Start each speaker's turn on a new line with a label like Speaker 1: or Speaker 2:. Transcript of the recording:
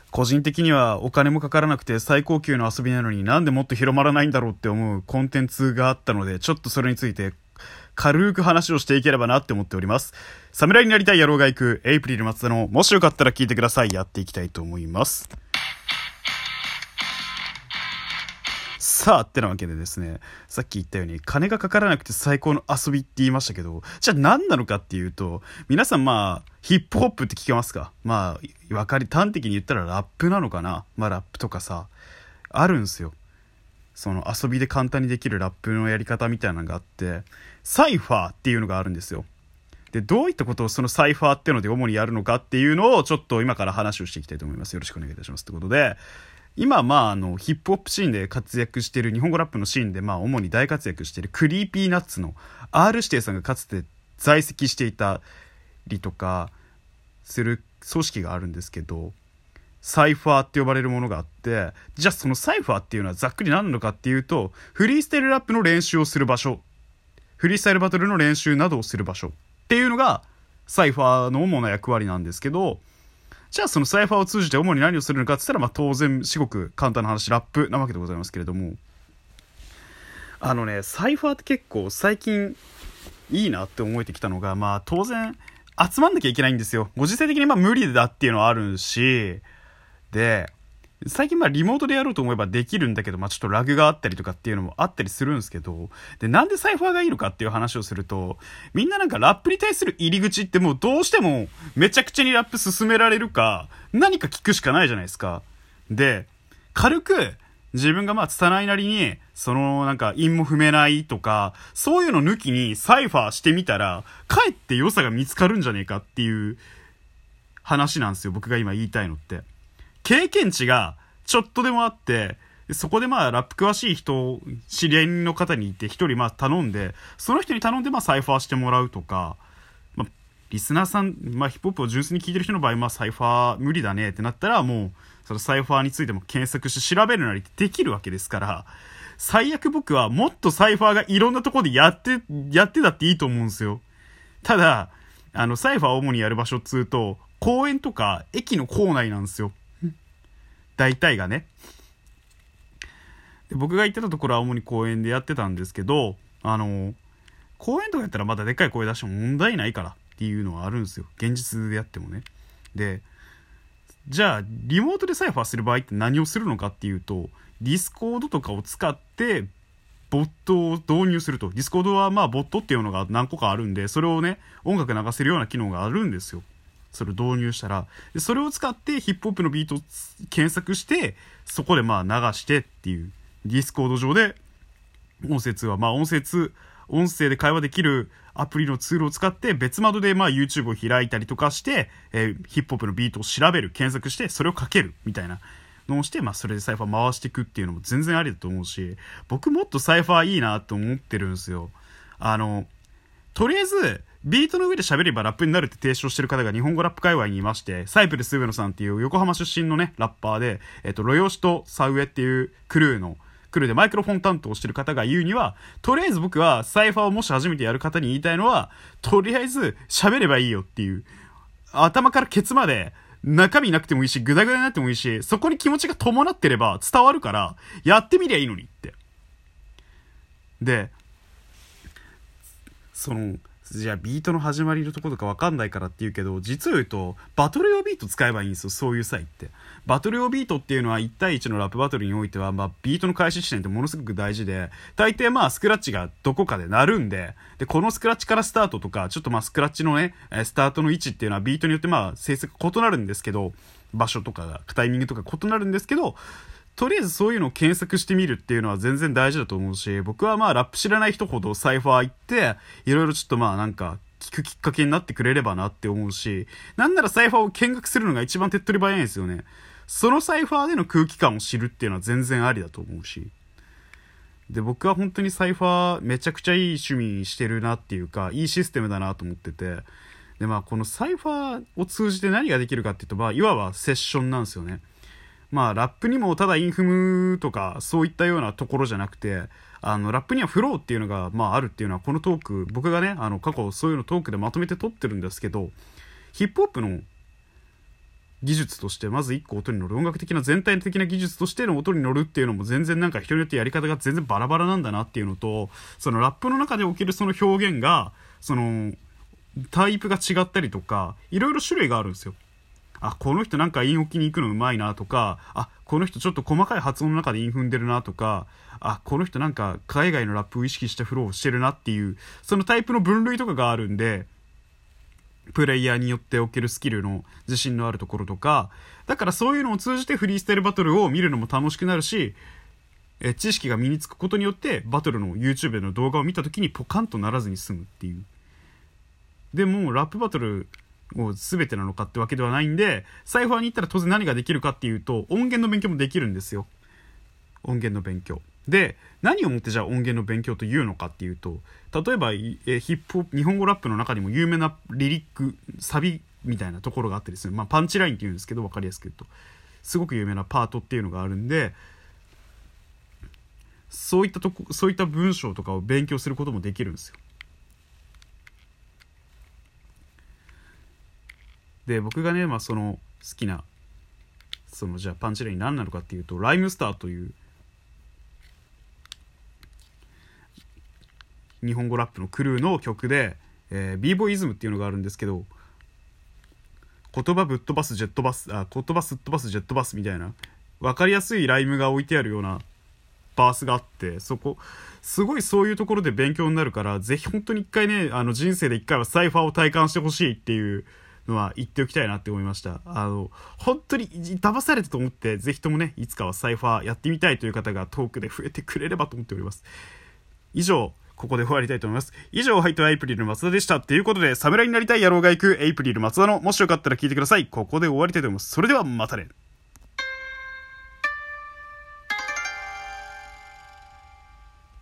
Speaker 1: 個人的にはお金もかからなくて最高級の遊びなのになんでもっと広まらないんだろうって思うコンテンツがあったので、ちょっとそれについて軽く話をしていければなって思っております。侍になりたい野郎が行くエイプリル松田のもしよかったら聞いてください、やっていきたいと思います。さあってなわけでですね、さっき言ったように金がかからなくて最高の遊びって言いましたけど、じゃあ何なのかっていうと、皆さんヒップホップって聞けますか？端的に言ったらラップなのかな。ラップとかさあるんすよ。その遊びで簡単にできるラップのやり方みたいなのがあって、サイファーっていうのがあるんですよ。で、どういったことをそのサイファーっていうので主にやるのかっていうのをちょっと今から話をしていきたいと思います。よろしくお願いいたします。ということで、今ヒップホップシーンで活躍している、日本語ラップのシーンで主に大活躍しているクリーピーナッツの R 指定さんがかつて在籍していたりとかする組織があるんですけど、サイファーって呼ばれるものがあって、じゃあそのサイファーっていうのはざっくり何なのかっていうと、フリースタイルラップの練習をする場所、フリースタイルバトルの練習などをする場所っていうのがサイファーの主な役割なんですけど、じゃあそのサイファーを通じて主に何をするのかって言ったら、当然至極簡単な話、ラップなわけでございますけれども、サイファーって結構最近いいなって思えてきたのが、当然集まんなきゃいけないんですよ。ご時世的に無理だっていうのはあるし、で最近リモートでやろうと思えばできるんだけど、ちょっとラグがあったりとかっていうのもあったりするんですけど、でなんでサイファーがいいのかっていう話をすると、みんなラップに対する入り口ってもうどうしてもめちゃくちゃにラップ進められるか何か聞くしかないじゃないですか。で軽く自分が拙いなりにその韻も踏めないとかそういうの抜きにサイファーしてみたらかえって良さが見つかるんじゃねえかっていう話なんですよ。僕が今言いたいのって経験値がちょっとでもあって、そこでラップ詳しい人、知り合いの方にいて一人頼んで、その人に頼んでサイファーしてもらうとか、リスナーさん、ヒップホップを純粋に聞いてる人の場合、サイファー無理だねってなったら、もうそのサイファーについても検索して調べるなりできるわけですから、最悪僕はもっとサイファーがいろんなところでやってたっていいと思うんですよ。ただサイファーを主にやる場所っつうと公園とか駅の構内なんですよ、大体がね。で僕が行ってたところは主に公園でやってたんですけど、公園とかやったらまだでっかい声出しても問題ないからっていうのはあるんですよ、現実でやってもね。でじゃあリモートでサイファーする場合って何をするのかっていうと、ディスコードとかを使ってボットを導入すると。ディスコードはボットっていうのが何個かあるんで、それをね音楽流せるような機能があるんですよ。それを導入したら、でそれを使ってヒップホップのビートを検索してそこで流してっていう、ディスコード上で音声通話、音声で会話できるアプリのツールを使って別窓でYouTube を開いたりとかして、ヒップホップのビートを調べる、検索してそれをかけるみたいなのをして、それでサイファー回していくっていうのも全然ありだと思うし、僕もっとサイファーいいなと思ってるんですよ。とりあえずビートの上で喋ればラップになるって提唱してる方が日本語ラップ界隈にいまして、サイプレス上野さんっていう横浜出身のねラッパーで、ロヨシとサウエっていうクルーでマイクロフォン担当してる方が言うには、とりあえず僕はサイファーをもし初めてやる方に言いたいのは、とりあえず喋ればいいよっていう、頭からケツまで中身なくてもいいしグダグダになってもいいし、そこに気持ちが伴ってれば伝わるからやってみりゃいいのにって。でじゃあビートの始まりのところとか分かんないからって言うけど、実を言うとバトル用ビート使えばいいんですよ。そういう際ってバトル用ビートっていうのは1対1のラップバトルにおいては、ビートの開始地点ってものすごく大事で、大抵スクラッチがどこかで鳴るんで、このスクラッチからスタートとか、ちょっとスクラッチのねスタートの位置っていうのはビートによって性質が異なるんですけど、場所とかがタイミングとか異なるんですけど、とりあえずそういうのを検索してみるっていうのは全然大事だと思うし、僕はラップ知らない人ほどサイファー行っていろいろちょっと聞くきっかけになってくれればなって思うし、なんならサイファーを見学するのが一番手っ取り早いんですよね。そのサイファーでの空気感を知るっていうのは全然ありだと思うし、で僕は本当にサイファーめちゃくちゃいい趣味にしてるなっていうか、いいシステムだなと思ってて、でこのサイファーを通じて何ができるかっていうと、いわばセッションなんですよね。ラップにもただインフムとかそういったようなところじゃなくて、ラップにはフローっていうのがあるっていうのは、このトーク僕がね過去そういうのトークでまとめて撮ってるんですけど、ヒップホップの技術としてまず1個音に乗る、音楽的な全体的な技術としての音に乗るっていうのも全然なんか人によってやり方が全然バラバラなんだなっていうのと、そのラップの中で起きるその表現がそのタイプが違ったりとか、いろいろ種類があるんですよ。あ、この人なんか韻置きに行くのうまいなとか、あ、この人ちょっと細かい発音の中で韻踏んでるなとか、あ、この人なんか海外のラップを意識したフローをしてるなっていう、そのタイプの分類とかがあるんで、プレイヤーによっておけるスキルの自信のあるところとか、だからそういうのを通じてフリースタイルバトルを見るのも楽しくなるし、知識が身につくことによってバトルの YouTube の動画を見た時にポカンとならずに済むっていう。でもラップバトルを全てなのかってわけではないんで、サイファーに行ったら当然何ができるかっていうと、音源の勉強もできるんですよ。音源の勉強で、何をもってじゃあ音源の勉強というのかっていうと、例えばヒップホップ、日本語ラップの中にも有名なリリック、サビみたいなところがあったりする、パンチラインっていうんですけど、分かりやすく言うとすごく有名なパートっていうのがあるんで、そういった文章とかを勉強することもできるんですよ。で、僕がね、その好きなじゃあパンチライン何なのかっていうと、ライムスターという日本語ラップのクルーの曲で、b ボイイズムっていうのがあるんですけど、言葉ぶっ飛ばすジェットバス、言葉すっ飛ばすジェットバスみたいな分かりやすいライムが置いてあるようなバースがあって、そこすごいそういうところで勉強になるから、ぜひ本当に一回ね、人生で一回はサイファーを体感してほしいっていうのは言っておきたいなって思いました。本当に騙されたと思って、ぜひともね、いつかはサイファーやってみたいという方がトークで増えてくれればと思っております。以上、ここで終わりたいと思います。以上、ハイトエイプリル松田でした。ということで、侍になりたい野郎が行くエイプリル松田の、もしよかったら聞いてください。ここで終わりたいと思います。それではまたね。